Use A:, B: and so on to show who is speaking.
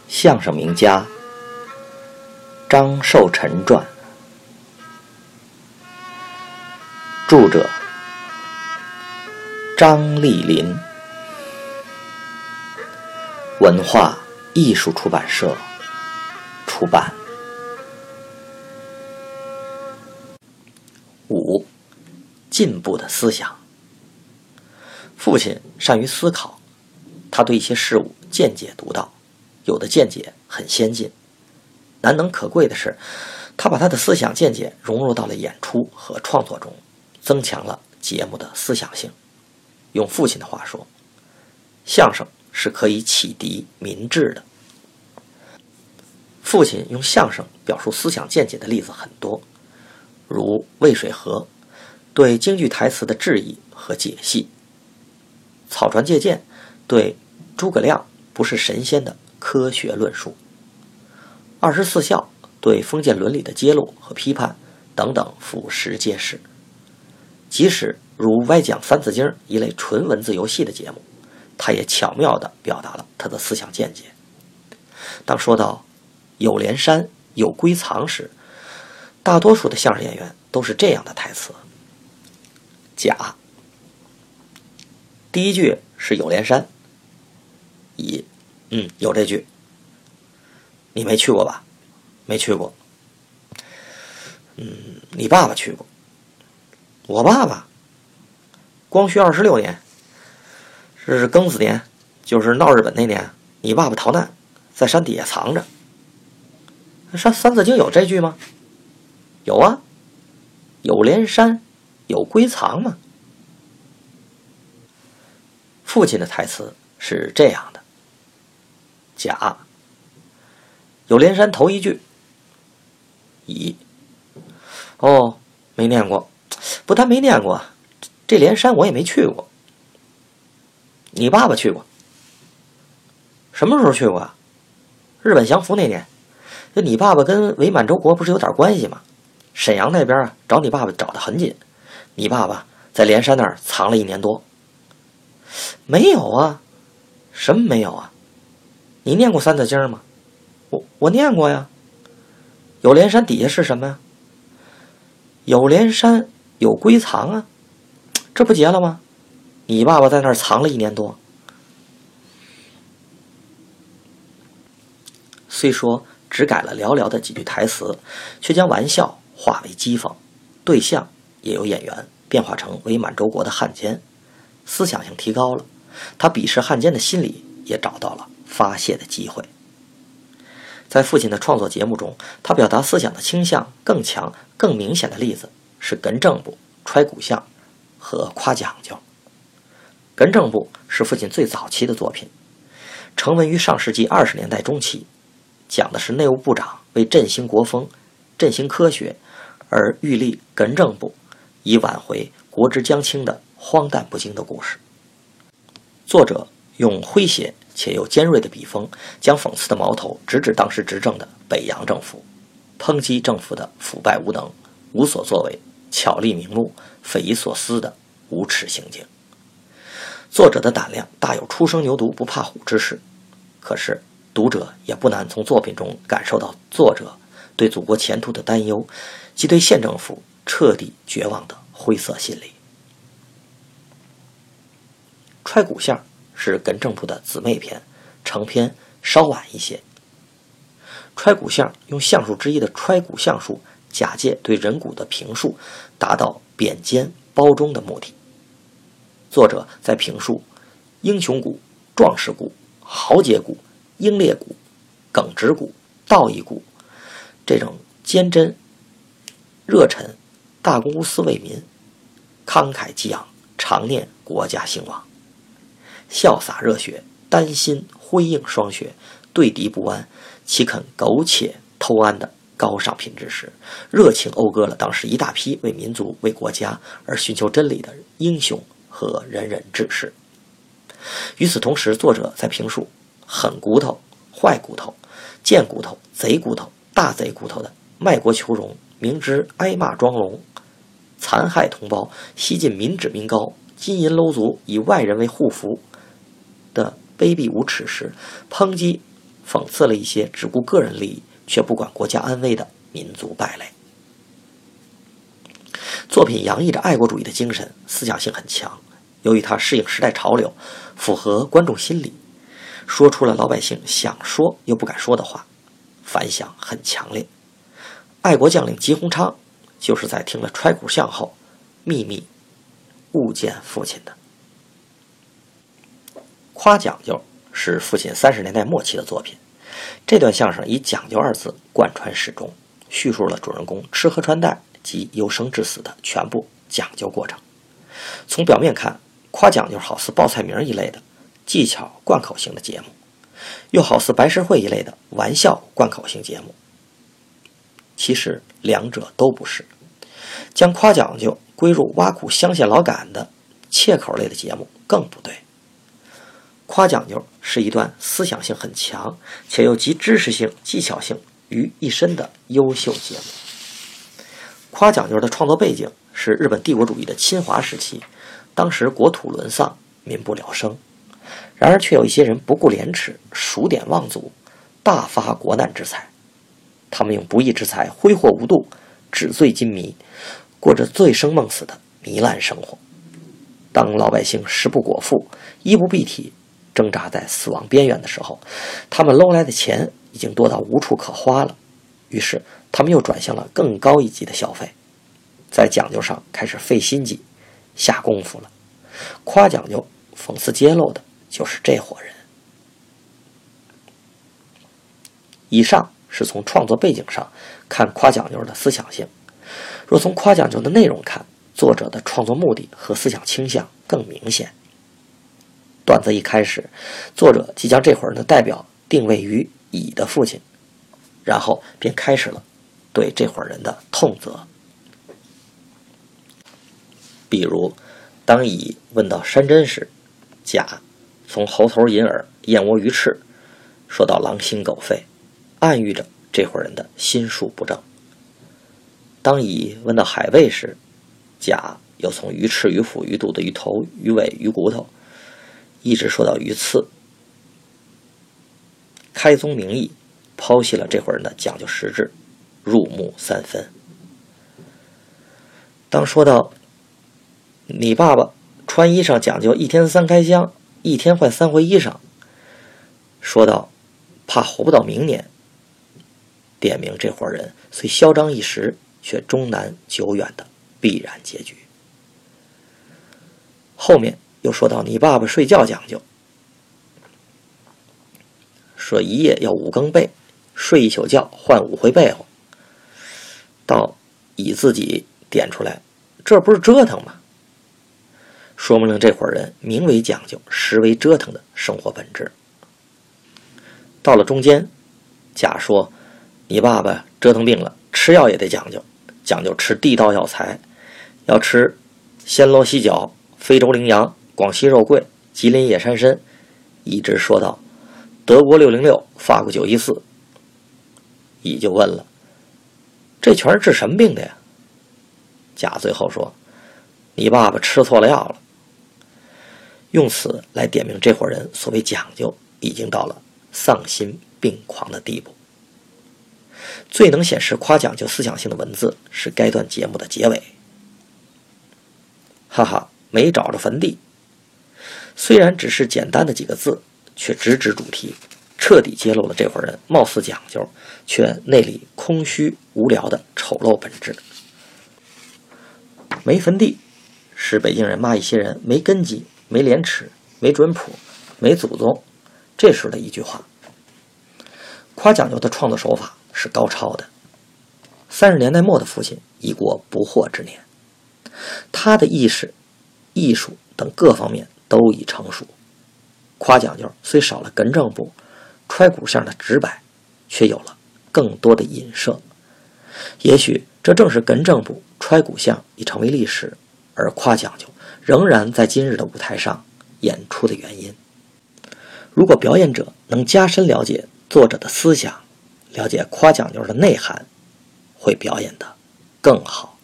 A: 相声名家张寿臣传，著者张丽林，文化艺术出版社出版。5. 进步的思想。父亲善于思考，他对一些事物见解独到，有的见解很先进。难能可贵的是，他把他的思想见解融入到了演出和创作中，增强了节目的思想性。用父亲的话说，相声是可以启迪民智的。父亲用相声表述思想见解的例子很多，如渭水河对京剧台词的质疑和解析，草船借箭对诸葛亮不是神仙的科学论述，24孝对封建伦理的揭露和批判等等俯拾皆是。即使如歪讲三字经一类纯文字游戏的节目，他也巧妙地表达了他的思想见解。当说到有连山有归藏时，大多数的相声演员都是这样的台词：甲，第一句是有连山，乙，有这句。你没去过吧？没去过。你爸爸去过。我爸爸光绪26年，是庚子年，就是闹日本那年，你爸爸逃难，在山底下藏着。三字经有这句吗？有啊，有连山有归藏嘛。父亲的台词是这样的：甲，有连山头一句。乙，哦，没念过。不但没念过，这连山我也没去过。你爸爸去过。什么时候去过啊？日本降服那年。你爸爸跟伪满洲国不是有点关系吗？沈阳那边找你爸爸找得很紧，你爸爸在连山那儿藏了1年多。没有啊。什么没有啊？你念过三字经吗？我念过呀。有连山底下是什么呀？有连山有归藏啊，这不结了吗？你爸爸在那儿藏了1年多。虽说只改了寥寥的几句台词，却将玩笑化为讥讽，对象也由演员变化成伪满洲国的汉奸，思想性提高了，他鄙视汉奸的心理也找到了发泄的机会。在父亲的创作节目中，他表达思想的倾向更强更明显的例子是艮正部、揣骨相和夸讲究。艮正部是父亲最早期的作品，成文于上世纪20年代中期，讲的是内务部长为振兴国风、振兴科学而欲立艮正部，以挽回国之将倾的荒诞不经的故事。作者用诙谐且又尖锐的笔锋，将讽刺的矛头直指当时执政的北洋政府，抨击政府的腐败无能、无所作为、巧立名目、匪夷所思的无耻行径。作者的胆量大有初生牛犊不怕虎之势，可是读者也不难从作品中感受到作者对祖国前途的担忧及对县政府彻底绝望的灰色心理。揣骨相是艮正部的姊妹篇，成篇稍晚一些。揣骨相用相术之一的揣骨相术，假借对人骨的评述，达到贬奸褒忠的目的。作者在评述英雄骨、壮士骨、豪杰骨、英烈骨、耿直骨、道义骨这种坚贞、热忱、大公无私为民、慷慨激昂、常念国家兴亡、笑洒热血、丹心辉映霜雪、对敌不安、岂肯苟且偷安的高尚品质时，热情讴歌了当时一大批为民族为国家而寻求真理的英雄和仁人志士。与此同时，作者在评述狠骨头、坏骨头、贱骨头、贼骨头、大贼骨头的卖国求荣、明知挨骂装聋、残害同胞、吸尽民脂民膏、金银搂足以外人为护符的卑鄙无耻时，抨击讽刺了一些只顾个人利益却不管国家安危的民族败类。作品洋溢着爱国主义的精神，思想性很强。由于它适应时代潮流，符合观众心理，说出了老百姓想说又不敢说的话，反响很强烈。爱国将领吉鸿昌就是在听了揣骨相后秘密误见父亲的。夸讲究是父亲30年代末期的作品，这段相声以讲究2字贯穿始终，叙述了主人公吃喝穿戴及由生至死的全部讲究过程。从表面看，夸讲究好似报菜名一类的技巧贯口型的节目，又好似白事会一类的玩笑贯口型节目。其实两者都不是，将夸讲究归入挖苦乡县老杆的切口类的节目更不对。夸讲究是一段思想性很强且又集知识性、技巧性于一身的优秀节目。夸讲究的创作背景是日本帝国主义的侵华时期，当时国土沦丧，民不聊生，然而却有一些人不顾廉耻，数典忘祖，大发国难之财。他们用不义之财挥霍无度，纸醉金迷，过着醉生梦死的糜烂生活。当老百姓食不果腹，衣不蔽体，挣扎在死亡边缘的时候，他们搂来的钱已经多到无处可花了，于是他们又转向了更高一级的消费，在讲究上开始费心机下功夫了。夸讲究讽刺揭露的就是这伙人。以上是从创作背景上看夸讲究的思想性，若从夸讲究的内容看，作者的创作目的和思想倾向更明显。段子一开始，作者即将这伙人的代表定位于乙的父亲，然后便开始了对这伙人的痛责。比如当乙问到山珍时，甲从猴头银耳、燕窝鱼翅说到狼心狗肺，暗喻着这伙人的心术不正。当乙问到海味时，甲又从鱼翅、鱼腹、鱼肚的鱼头、鱼尾、鱼骨头一直说到鱼刺，开宗明义剖析了这伙人的讲究实质，入木三分。当说到你爸爸穿衣裳讲究1天3开箱，1天换3回衣裳，说到怕活不到明年，点明这伙人虽嚣张一时，却终难久远的必然结局。后面又说到你爸爸睡觉讲究，说一夜要5更被，睡一宿觉换5回被后，到乙自己点出来，这不是折腾吗？说明了这伙人名为讲究，实为折腾的生活本质。到了中间，甲说你爸爸折腾病了，吃药也得讲究，讲究吃地道药材，要吃暹罗犀角、非洲羚羊、广西肉桂、吉林野山参，一直说到德国606、法国914。乙就问了，这全是治什么病的呀？甲最后说，你爸爸吃错了药了。用此来点明这伙人所谓讲究已经到了丧心病狂的地步。最能显示夸讲究思想性的文字是该段节目的结尾，哈哈，没找着坟地。虽然只是简单的几个字，却直指主题，彻底揭露了这伙人貌似讲究，却内里空虚无聊的丑陋本质。没坟地是北京人骂一些人没根基、没廉耻、没准谱、没祖宗，这时的一句话。夸讲究的创作手法是高超的。30年代末的父亲一国不惑之年，他的意识、艺术等各方面都已成熟。夸讲究虽少了艮正部、揣骨相的直白，却有了更多的隐射。也许这正是艮正部、揣骨相已成为历史，而夸讲究仍然在今日的舞台上演出的原因。如果表演者能加深了解作者的思想，了解夸讲究的内涵，会表演得更好。